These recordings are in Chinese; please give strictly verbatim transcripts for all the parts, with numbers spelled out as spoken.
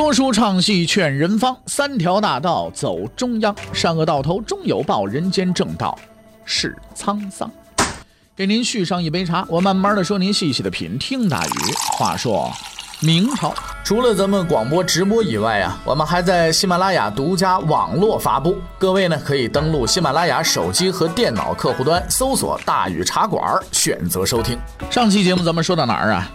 说书唱戏劝人方，三条大道走中央，善恶到头终有报，人间正道是沧桑。给您续上一杯茶，我慢慢的说，您细细的品。听大禹。话说明朝，除了咱们广播直播以外啊，我们还在喜马拉雅独家网络发布。各位呢，可以登录喜马拉雅手机和电脑客户端，搜索大禹茶馆，选择收听。上期节目咱们说到哪儿啊？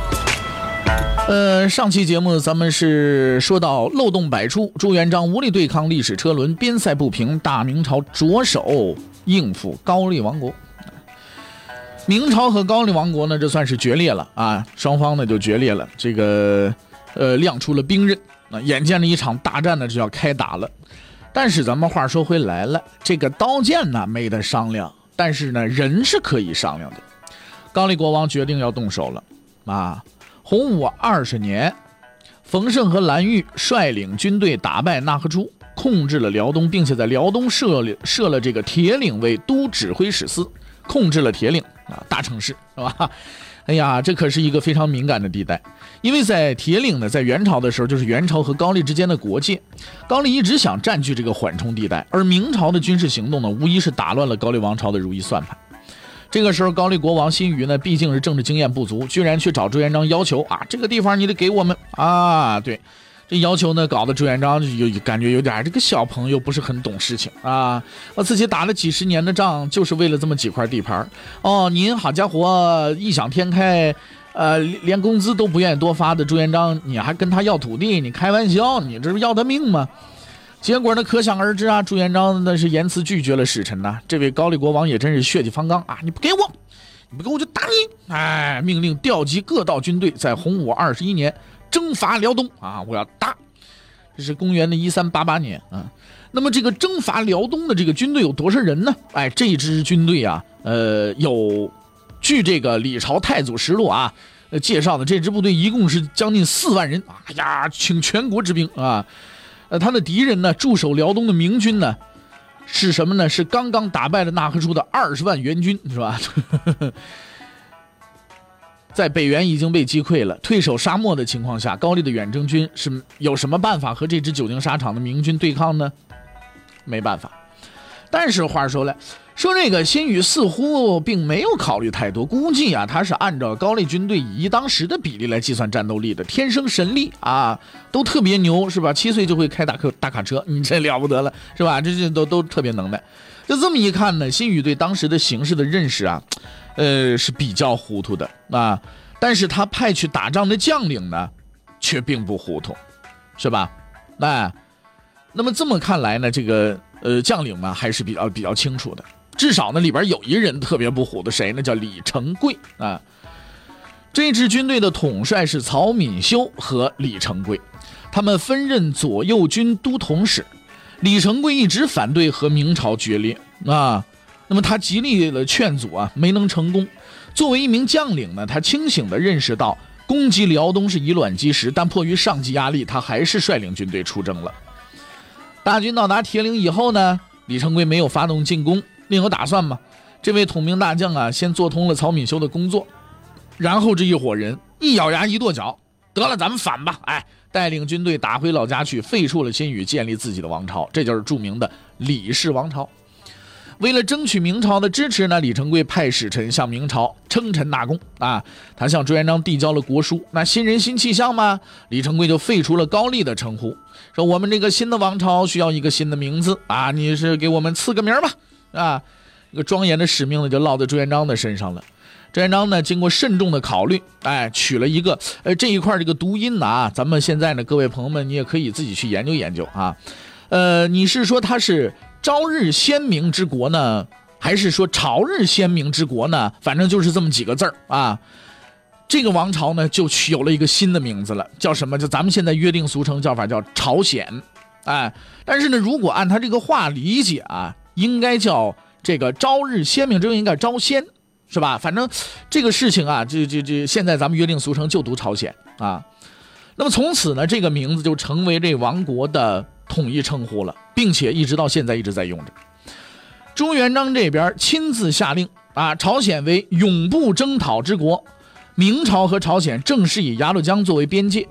呃，上期节目咱们是说到漏洞百出，朱元璋无力对抗历史车轮，边塞不平，大明朝着手应付高丽王国。明朝和高丽王国呢，这算是决裂了啊，双方呢就决裂了，这个呃亮出了兵刃，那眼见着一场大战呢就要开打了。但是咱们话说回来了，这个刀剑呢没得商量，但是呢人是可以商量的。高丽国王决定要动手了啊！洪武二十年，冯胜和蓝玉率领军队打败纳赫出，控制了辽东，并且在辽东设设了这个铁岭为都指挥使司，控制了铁岭啊，大城市是吧？哎呀，这可是一个非常敏感的地带，因为在铁岭呢，在元朝的时候就是元朝和高丽之间的国界，高丽一直想占据这个缓冲地带，而明朝的军事行动呢，无疑是打乱了高丽王朝的如意算盘。这个时候，高丽国王辛于呢，毕竟是政治经验不足，居然去找朱元璋要求啊，这个地方你得给我们啊！对，这要求呢，搞得朱元璋就感觉有点这个小朋友不是很懂事情啊！我自己打了几十年的仗，就是为了这么几块地盘哦。您好家伙，异想天开，呃，连工资都不愿意多发的朱元璋，你还跟他要土地？你开玩笑，你这是要他命吗？结果呢，可想而知啊，朱元璋那是严词拒绝了使臣呐、啊。这位高丽国王也真是血气方刚啊！你不给我，你不给我就打你！哎，命令调集各道军队，在洪武二十一年征伐辽东啊！我要打。这是公元的一三八八年啊。那么这个征伐辽东的这个军队有多少人呢？哎，这支军队啊，呃，有据这个李朝太祖实录啊，呃介绍的这支部队一共是将近四万人。哎呀，请全国之兵啊！呃，他的敌人呢，驻守辽东的明军呢，是什么呢？是刚刚打败了纳赫出的二十万援军，是吧？在北原已经被击溃了，退守沙漠的情况下，高丽的远征军是有什么办法和这支久经沙场的明军对抗呢？没办法。但是话说来，说这个辛于似乎并没有考虑太多，估计啊，他是按照高丽军队以一当十的比例来计算战斗力的，天生神力啊，都特别牛，是吧？七岁就会开大客大卡车，你这了不得了，是吧？这些都都特别能耐。就这么一看呢，辛于对当时的形势的认识啊，呃，是比较糊涂的啊。但是他派去打仗的将领呢，却并不糊涂，是吧？那那么这么看来呢，这个。呃，将领呢还是比较比较清楚的，至少呢里边有一人特别不虎的，谁呢？叫李成桂啊。这支军队的统帅是曹敏修和李成桂，他们分任左右军都统使。李成桂一直反对和明朝决裂啊，那么他极力的劝阻啊，没能成功。作为一名将领呢，他清醒地认识到攻击辽东是以卵击石，但迫于上级压力，他还是率领军队出征了。大军到达铁岭以后呢，李成桂没有发动进攻，另有打算嘛。这位统兵大将啊，先做通了曹敏修的工作，然后这一伙人一咬牙一跺脚，得了，咱们反吧！哎，带领军队打回老家去，废黜了辛于，建立自己的王朝，这就是著名的李氏王朝。为了争取明朝的支持呢，李成桂派使臣向明朝称臣纳功啊，他向朱元璋递交了国书。那新人新气象嘛，李成桂就废除了高丽的称呼，说我们这个新的王朝需要一个新的名字啊，你是给我们赐个名吧啊，这个庄严的使命呢就落在朱元璋的身上了。朱元璋呢经过慎重的考虑，哎，取了一个呃这一块这个读音啊，咱们现在呢各位朋友们你也可以自己去研究研究啊。呃，你是说它是朝日鲜明之国呢，还是说朝日鲜明之国呢？反正就是这么几个字儿啊。这个王朝呢，就有了一个新的名字了，叫什么？就咱们现在约定俗成叫法叫朝鲜，哎。但是呢，如果按他这个话理解啊，应该叫这个朝日鲜明之国，应该朝鲜，是吧？反正这个事情啊，这这这，现在咱们约定俗成就读朝鲜啊。那么从此呢，这个名字就成为这王国的统一称呼了，并且一直到现在一直在用着。朱元璋这边亲自下令啊，朝鲜为永不征讨之国，明朝和朝鲜正式以鸭绿江作为边界，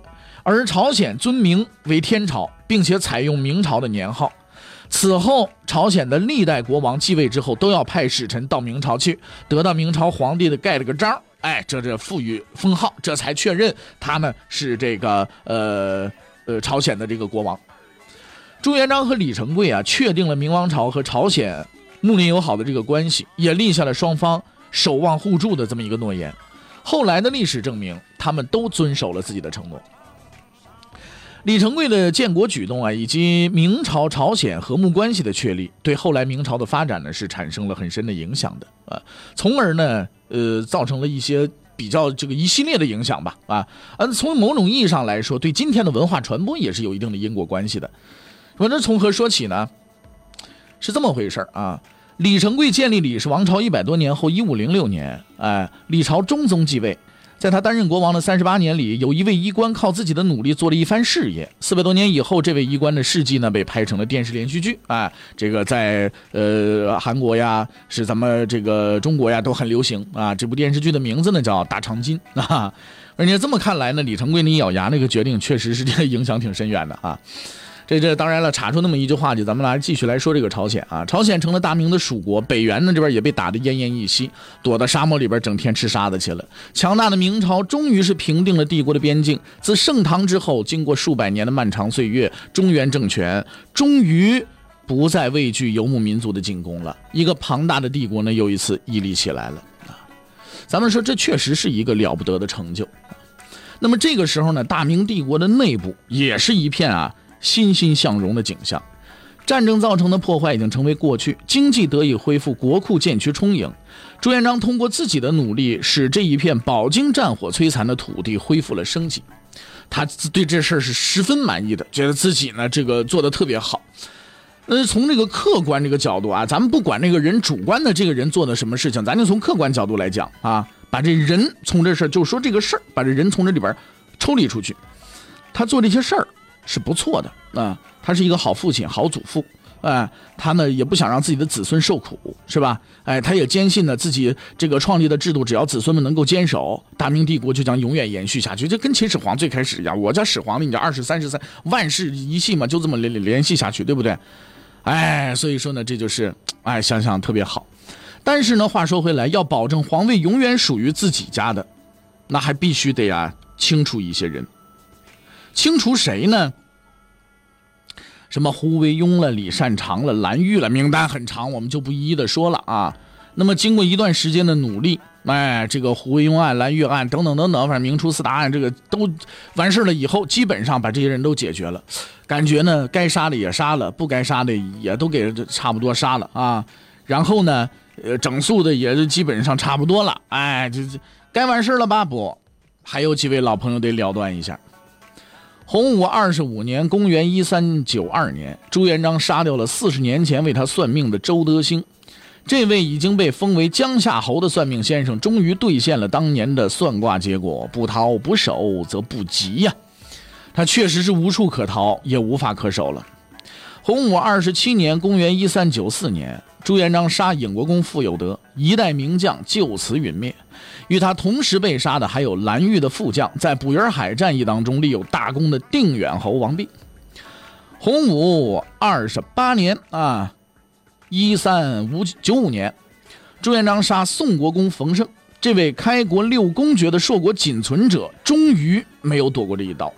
而朝鲜尊明为天朝，并且采用明朝的年号。此后，朝鲜的历代国王继位之后，都要派使臣到明朝去，得到明朝皇帝的盖了个章，哎，这这赋予封号，这才确认他呢是这个呃呃朝鲜的这个国王。朱元璋和李成桂啊，确定了明王朝和朝鲜睦邻友好的这个关系，也立下了双方守望互助的这么一个诺言。后来的历史证明，他们都遵守了自己的承诺。李成桂的建国举动啊，以及明朝朝鲜和睦关系的确立，对后来明朝的发展呢是产生了很深的影响的啊，从而呢，呃，造成了一些比较这个一系列的影响吧啊，嗯，从某种意义上来说，对今天的文化传播也是有一定的因果关系的。我这从何说起呢？是这么回事啊。李成桂建立李氏王朝一百多年后，一五零六年，哎，李朝中宗继位。在他担任国王的三十八年里，有一位医官靠自己的努力做了一番事业。四百多年以后，这位医官的事迹呢被拍成了电视连续剧啊，这个在呃韩国呀，是咱们这个中国呀都很流行啊。这部电视剧的名字呢叫《大长今》啊。而且这么看来呢，李成桂一咬牙那个决定确实是这个影响挺深远的啊。这这当然了，插出那么一句话就咱们来继续来说这个朝鲜啊。朝鲜成了大明的属国，北元呢这边也被打得奄奄一息，躲到沙漠里边整天吃沙子去了。强大的明朝终于是平定了帝国的边境。自盛唐之后，经过数百年的漫长岁月，中原政权终于不再畏惧游牧民族的进攻了。一个庞大的帝国呢又一次屹立起来了啊。咱们说这确实是一个了不得的成就。那么这个时候呢，大明帝国的内部也是一片啊欣欣向荣的景象，战争造成的破坏已经成为过去，经济得以恢复，国库渐趋充盈。朱元璋通过自己的努力，使这一片饱经战火摧残的土地恢复了生机。他对这事儿是十分满意的，觉得自己呢这个做得特别好。呃，从这个客观这个角度啊，咱们不管那个人主观的这个人做的什么事情，咱就从客观角度来讲啊，把这人从这事儿，就说这个事儿，把这人从这里边抽离出去，他做这些事儿是不错的啊，他是一个好父亲、好祖父，哎，他呢也不想让自己的子孙受苦，是吧？哎，他也坚信呢自己这个创立的制度，只要子孙们能够坚守，大明帝国就将永远延续下去。这跟秦始皇最开始一样，我家始皇帝，你家二十三十三，万世一系嘛，就这么联联系下去，对不对？哎，所以说呢，这就是哎，想想特别好。但是呢，话说回来，要保证皇位永远属于自己家的，那还必须得啊清除一些人。清除谁呢？什么胡惟庸了、李善长了、蓝玉了，名单很长，我们就不一一的说了啊。那么经过一段时间的努力，哎，这个胡惟庸案、蓝玉案等等等等，反正明初四大案这个都完事了以后，基本上把这些人都解决了。感觉呢，该杀的也杀了，不该杀的也都给差不多杀了啊。然后呢，呃，整肃的也是基本上差不多了，哎，这这该完事了吧？不，还有几位老朋友得了断一下。洪武二十五年，公元一三九二年，朱元璋杀掉了四十年前为他算命的周德兴。这位已经被封为江夏侯的算命先生，终于兑现了当年的算卦结果：不逃不守，则不吉呀。他确实是无处可逃，也无法可守了。洪武二十七年，公元一三九四年，朱元璋杀尹国公傅有德，一代名将就此陨灭。与他同时被杀的还有蓝玉的副将，在捕鱼海战役当中立有大功的定远侯王弼。洪武二十八年啊，一三九五年，朱元璋杀宋国公冯胜，这位开国六公爵的硕果仅存者，终于没有躲过这一刀。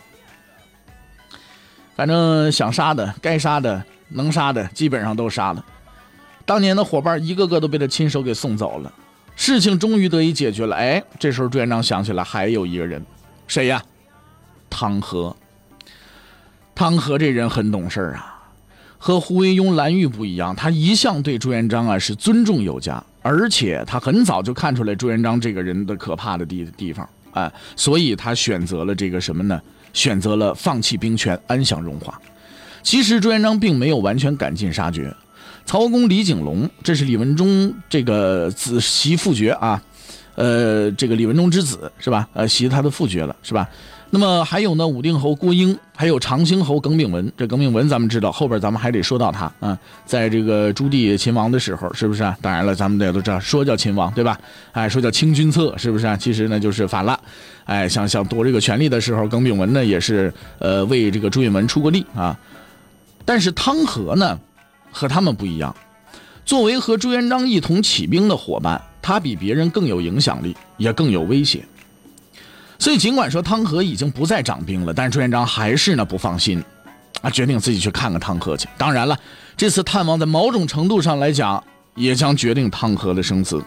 反正想杀的、该杀的、能杀的，基本上都杀了。当年的伙伴一个个都被他亲手给送走了。事情终于得以解决了。哎，这时候朱元璋想起来还有一个人，谁呀？汤和。汤和这人很懂事啊，和胡惟庸、蓝玉不一样，他一向对朱元璋啊是尊重有加，而且他很早就看出来朱元璋这个人的可怕的地地方，哎，所以他选择了这个什么呢？选择了放弃兵权，安享荣华。其实朱元璋并没有完全赶尽杀绝。曹公李景龙，这是李文忠这个子袭父爵啊，呃，这个李文忠之子是吧？呃，袭他的父爵了是吧？ 那么还有呢，武定侯郭英，还有长兴侯耿炳文。这耿炳文咱们知道，后边咱们还得说到他啊，在这个朱棣秦王的时候，是不是啊？当然了，咱们大家都知道，说叫秦王，对吧？哎，说叫清君侧，是不是啊？其实呢就是反了。哎，想想夺这个权力的时候，耿炳文呢也是呃为这个朱允炆出过力啊。但是汤和呢和他们不一样，作为和朱元璋一同起兵的伙伴，他比别人更有影响力，也更有威胁。所以尽管说汤和已经不再掌兵了，但是朱元璋还是呢不放心啊，决定自己去看看汤和去。当然了，这次探望在某种程度上来讲也将决定汤和的生死。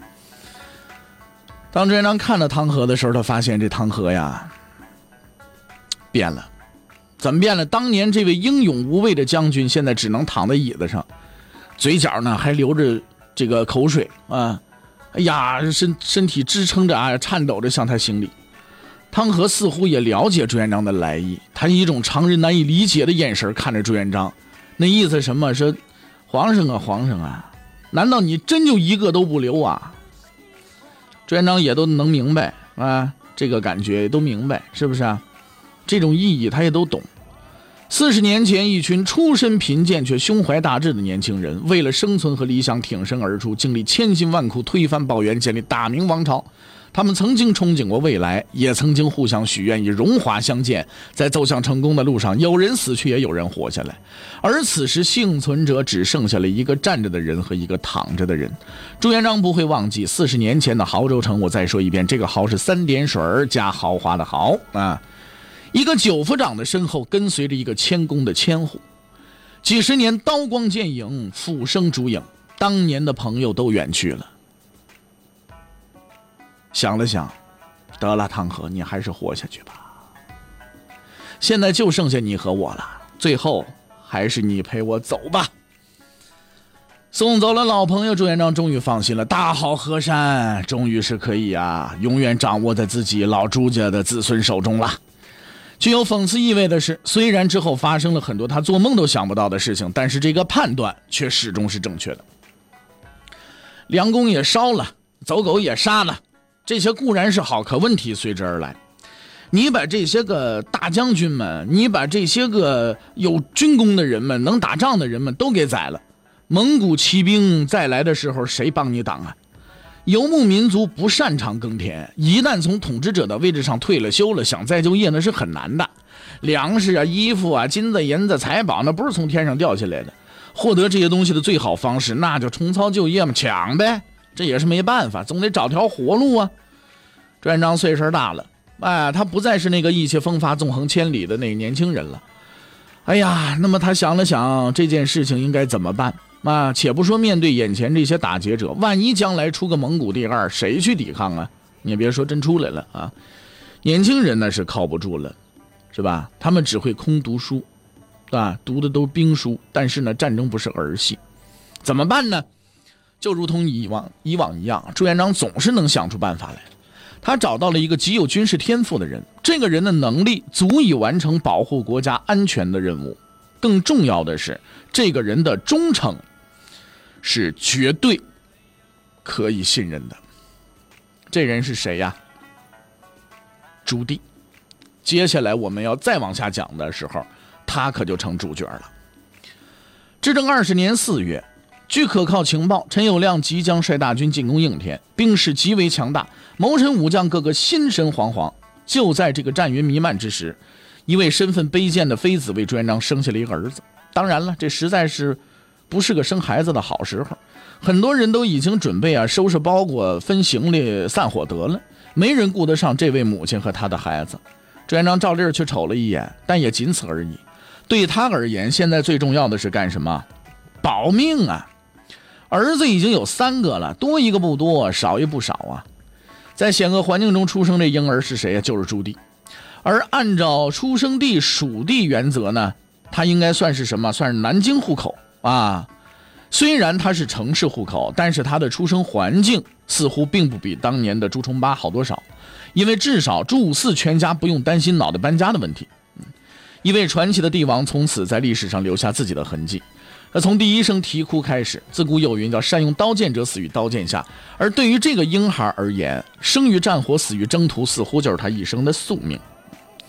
当朱元璋看到汤和的时候，他发现这汤和呀变了。怎么变了？当年这位英勇无畏的将军现在只能躺在椅子上，嘴角呢还流着这个口水啊，哎呀，身身体支撑着啊，颤抖着向他行礼。汤和似乎也了解朱元璋的来意，他以一种常人难以理解的眼神看着朱元璋，那意思什么？说皇上啊，皇上啊，难道你真就一个都不留啊？朱元璋也都能明白啊，这个感觉也都明白，是不是啊？这种意义他也都懂。四十年前，一群出身贫贱却胸怀大志的年轻人，为了生存和理想挺身而出，经历千辛万苦，推翻暴元，建立大明王朝。他们曾经憧憬过未来，也曾经互相许愿以荣华相见。在走向成功的路上，有人死去，也有人活下来。而此时幸存者只剩下了一个站着的人和一个躺着的人。朱元璋不会忘记四十年前的亳州城。我再说一遍，这个亳是三点水加豪华的豪啊。一个九府长的身后跟随着一个谦恭的千户，几十年刀光剑影，斧声烛影，当年的朋友都远去了。想了想，得了，汤和，你还是活下去吧。现在就剩下你和我了，最后还是你陪我走吧。送走了老朋友，朱元璋终于放心了，大好河山终于是可以啊，永远掌握在自己老朱家的子孙手中了。具有讽刺意味的是，虽然之后发生了很多他做梦都想不到的事情，但是这个判断却始终是正确的。梁宫也烧了，走狗也杀了，这些固然是好，可问题随之而来。你把这些个大将军们，你把这些个有军功的人们，能打仗的人们都给宰了，蒙古骑兵再来的时候谁帮你挡啊？游牧民族不擅长耕田，一旦从统治者的位置上退了休了，想再就业那是很难的。粮食啊、衣服啊、金子、银子、财宝，那不是从天上掉下来的。获得这些东西的最好方式，那就重操旧业嘛，抢呗。这也是没办法，总得找条活路啊。朱元璋岁数大了，哎，他不再是那个意气风发、纵横千里的那个年轻人了。哎呀，那么他想了想这件事情应该怎么办啊？且不说面对眼前这些打劫者，万一将来出个蒙古第二，谁去抵抗啊？你也别说真出来了啊，年轻人那是靠不住了，是吧？他们只会空读书，啊，读的都是兵书，但是呢，战争不是儿戏，怎么办呢？就如同以往以往一样，朱元璋总是能想出办法来。他找到了一个极有军事天赋的人，这个人的能力足以完成保护国家安全的任务。更重要的是，这个人的忠诚是绝对可以信任的。这人是谁呀？朱棣。接下来我们要再往下讲的时候，他可就成主角了。至正二十年四月，据可靠情报，陈友谅即将率大军进攻应天，兵势极为强大，谋臣武将个个心神惶惶。就在这个战云弥漫之时，一位身份卑贱的妃子为朱元璋生下了一个儿子。当然了，这实在是不是个生孩子的好时候，很多人都已经准备啊收拾包裹、分行李、散伙得了，没人顾得上这位母亲和她的孩子。朱元璋照例去瞅了一眼，但也仅此而已。对他而言，现在最重要的是干什么？保命啊！儿子已经有三个了，多一个不多，少一不少啊。在险恶环境中出生这婴儿是谁啊？就是朱棣。而按照出生地属地原则呢，他应该算是什么？算是南京户口啊。虽然他是城市户口，但是他的出生环境似乎并不比当年的朱重八好多少，因为至少朱五四全家不用担心脑袋搬家的问题。嗯，一位传奇的帝王从此在历史上留下自己的痕迹。而从第一声啼哭开始，自古有云叫善用刀剑者死于刀剑下，而对于这个婴孩而言，生于战火死于征途似乎就是他一生的宿命。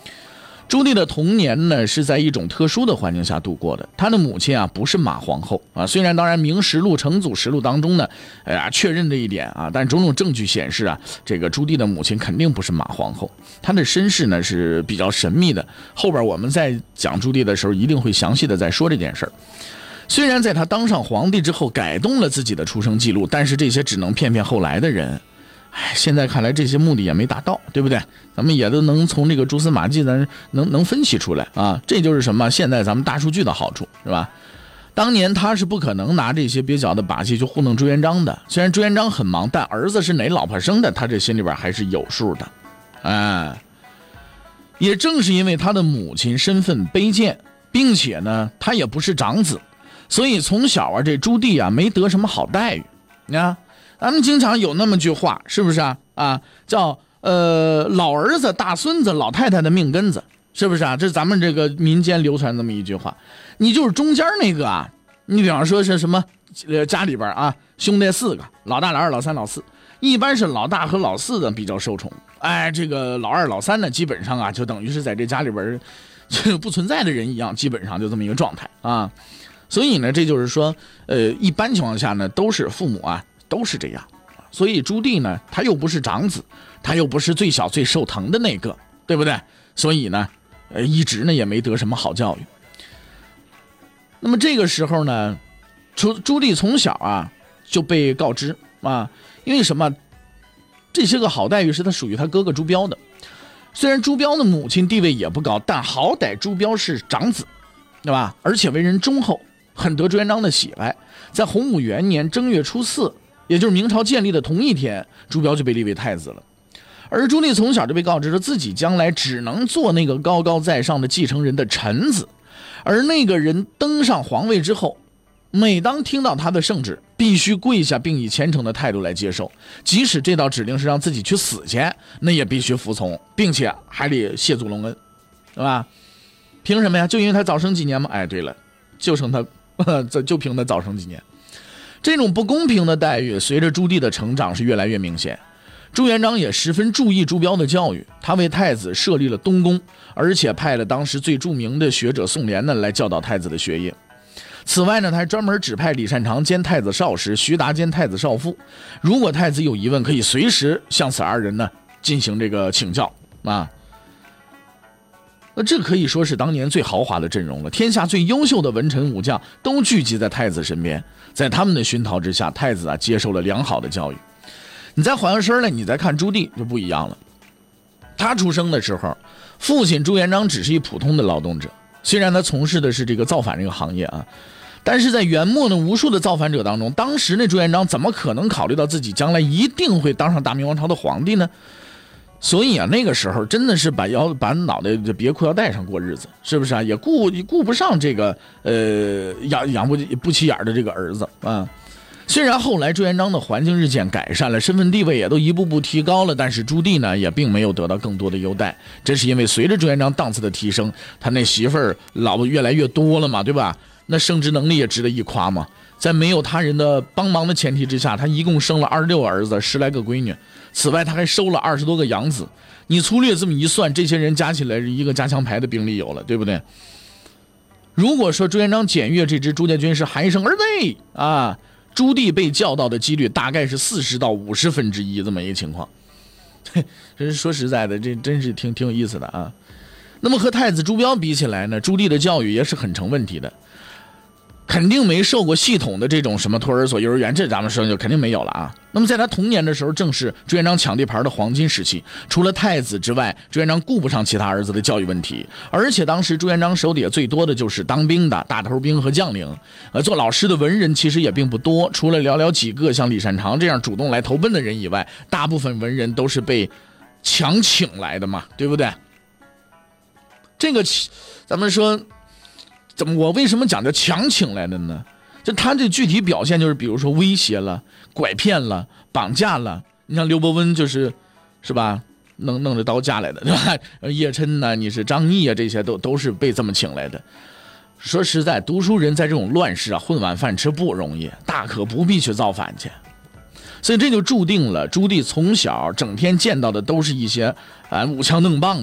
朱棣的童年呢是在一种特殊的环境下度过的。他的母亲啊不是马皇后啊，虽然当然《明实录》《成祖实录》当中呢，哎呀确认这一点啊，但种种证据显示啊，这个朱棣的母亲肯定不是马皇后，她的身世呢是比较神秘的。后边我们在讲朱棣的时候一定会详细的再说这件事儿。虽然在他当上皇帝之后改动了自己的出生记录，但是这些只能骗骗后来的人。哎，现在看来这些目的也没达到，对不对？咱们也都能从这个蛛丝马迹咱能能分析出来啊，这就是什么？现在咱们大数据的好处，是吧？当年他是不可能拿这些蹩脚的把戏去糊弄朱元璋的。虽然朱元璋很忙，但儿子是哪老婆生的，他这心里边还是有数的。哎，也正是因为他的母亲身份卑贱，并且呢，他也不是长子，所以从小啊，这朱棣啊没得什么好待遇。你看。咱们经常有那么句话，是不是啊？啊，叫呃老儿子大孙子老太太的命根子，是不是啊？这是咱们这个民间流传这么一句话。你就是中间那个啊，你比方说是什么，呃家里边啊兄弟四个，老大老二老三老四，一般是老大和老四的比较受宠，哎，这个老二老三呢，基本上啊就等于是在这家里边这个不存在的人一样，基本上就这么一个状态啊。所以呢，这就是说，呃，一般情况下呢，都是父母啊。都是这样，所以朱棣呢，他又不是长子，他又不是最小最受疼的那个，对不对？所以呢，呃，一直呢也没得什么好教育。那么这个时候呢，朱朱棣从小啊就被告知啊，因为什么？这些个好待遇是他属于他哥哥朱标的。虽然朱标的母亲地位也不高，但好歹朱标是长子，对吧？而且为人忠厚，很得朱元璋的喜爱。在洪武元年正月初四。也就是明朝建立的同一天，朱标就被立为太子了。而朱棣从小就被告知了自己将来只能做那个高高在上的继承人的臣子，而那个人登上皇位之后，每当听到他的圣旨，必须跪下并以虔诚的态度来接受，即使这道指令是让自己去死去，那也必须服从，并且还得谢祖隆恩，对吧？凭什么呀？就因为他早生几年吗？哎，对了，就生他，就凭他早生几年。这种不公平的待遇随着朱棣的成长是越来越明显。朱元璋也十分注意朱标的教育，他为太子设立了东宫，而且派了当时最著名的学者宋濂呢来教导太子的学业。此外呢，他还专门指派李善长兼太子少师，徐达兼太子少傅。如果太子有疑问，可以随时向此二人呢进行这个请教啊。那这可以说是当年最豪华的阵容了，天下最优秀的文臣武将都聚集在太子身边，在他们的熏陶之下，太子啊接受了良好的教育。你再缓过身来，你再看朱棣就不一样了。他出生的时候，父亲朱元璋只是一普通的劳动者，虽然他从事的是这个造反这个行业啊，但是在元末呢无数的造反者当中，当时那朱元璋怎么可能考虑到自己将来一定会当上大明王朝的皇帝呢？所以啊，那个时候真的是把腰把脑袋就别裤腰带上过日子，是不是啊？也顾顾不上这个呃养养不不起眼的这个儿子啊。虽然后来朱元璋的环境日渐改善了，身份地位也都一步步提高了，但是朱棣呢也并没有得到更多的优待。这是因为随着朱元璋档次的提升，他那媳妇儿老婆越来越多了嘛，对吧？那生殖能力也值得一夸嘛。在没有他人的帮忙的前提之下，他一共生了二十六个儿子，十来个闺女。此外，他还收了二十多个养子。你粗略这么一算，这些人加起来一个加强排的兵力有了，对不对？如果说朱元璋检阅这支朱家军是还生儿子啊，朱棣被教导的几率大概是四十到五十分之一这么一个情况。这是说实在的，这真是挺挺有意思的啊。那么和太子朱标比起来呢，朱棣的教育也是很成问题的。肯定没受过系统的这种什么托儿所、幼儿园，这咱们说就肯定没有了啊。那么在他童年的时候，正是朱元璋抢地盘的黄金时期。除了太子之外，朱元璋顾不上其他儿子的教育问题，而且当时朱元璋手底下最多的就是当兵的大头兵和将领，呃，做老师的文人其实也并不多，除了寥寥几个像李善长这样主动来投奔的人以外，大部分文人都是被强请来的嘛，对不对？这个咱们说。怎么？我为什么讲叫强请来的呢？就他这具体表现就是，比如说威胁了、拐骗了、绑架了。你像刘伯温就是，是吧？弄弄着刀架来的，对吧？叶琛呢，你是张毅啊，这些都都是被这么请来的。说实在，读书人在这种乱世啊，混碗饭吃不容易，大可不必去造反去。所以这就注定了朱棣从小整天见到的都是一些啊舞枪弄棒的。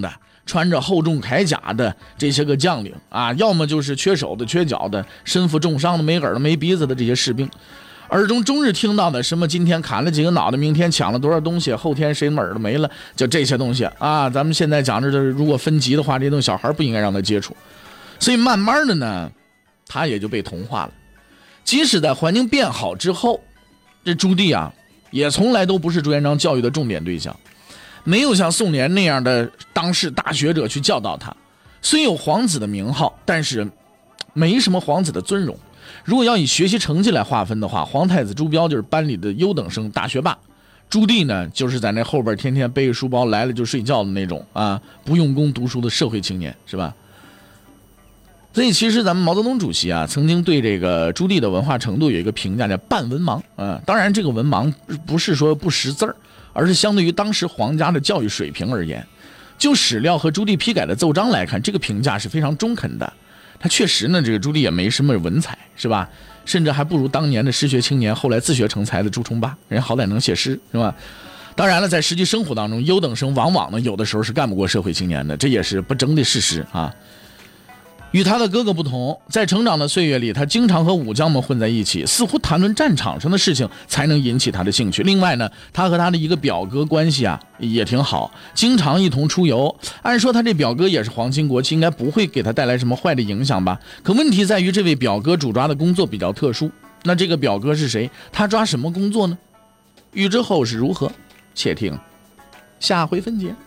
穿着厚重铠甲的这些个将领啊，要么就是缺手的、缺脚的、身负重伤的、没耳朵没鼻子的这些士兵，耳中终日听到的什么今天砍了几个脑袋，明天抢了多少东西，后天谁耳朵没了，就这些东西啊。咱们现在讲着的，如果分级的话，这种小孩不应该让他接触。所以慢慢的呢，他也就被同化了。即使在环境变好之后，这朱棣啊，也从来都不是朱元璋教育的重点对象。没有像宋濂那样的当世大学者去教导他，虽有皇子的名号，但是没什么皇子的尊荣。如果要以学习成绩来划分的话，皇太子朱标就是班里的优等生大学霸，朱棣呢就是在那后边天天背着书包来了就睡觉的那种啊，不用功读书的社会青年，是吧？所以其实咱们毛泽东主席啊，曾经对这个朱棣的文化程度有一个评价，叫半文盲啊。当然这个文盲不是说不识字儿，而是相对于当时皇家的教育水平而言，就史料和朱棣批改的奏章来看，这个评价是非常中肯的。他确实呢，这个朱棣也没什么文采，是吧？甚至还不如当年的失学青年，后来自学成才的朱重八，人好歹能写诗，是吧？当然了，在实际生活当中，优等生往往呢，有的时候是干不过社会青年的，这也是不争的事实啊。与他的哥哥不同，在成长的岁月里，他经常和武将们混在一起，似乎谈论战场上的事情才能引起他的兴趣。另外呢，他和他的一个表哥关系啊也挺好，经常一同出游。按说他这表哥也是皇亲国戚，应该不会给他带来什么坏的影响吧？可问题在于，这位表哥主抓的工作比较特殊。那这个表哥是谁？他抓什么工作呢？欲知后事如何，且听下回分解。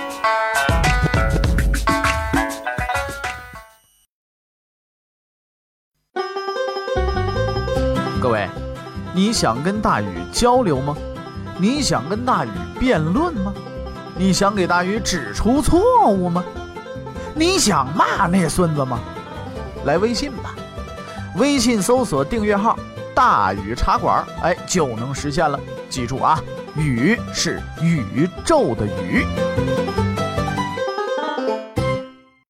各位，你想跟大禹交流吗？你想跟大禹辩论吗？你想给大禹指出错误吗？你想骂那孙子吗？来微信吧，微信搜索订阅号大禹茶馆，哎，就能实现了。记住啊，禹是宇宙的宇。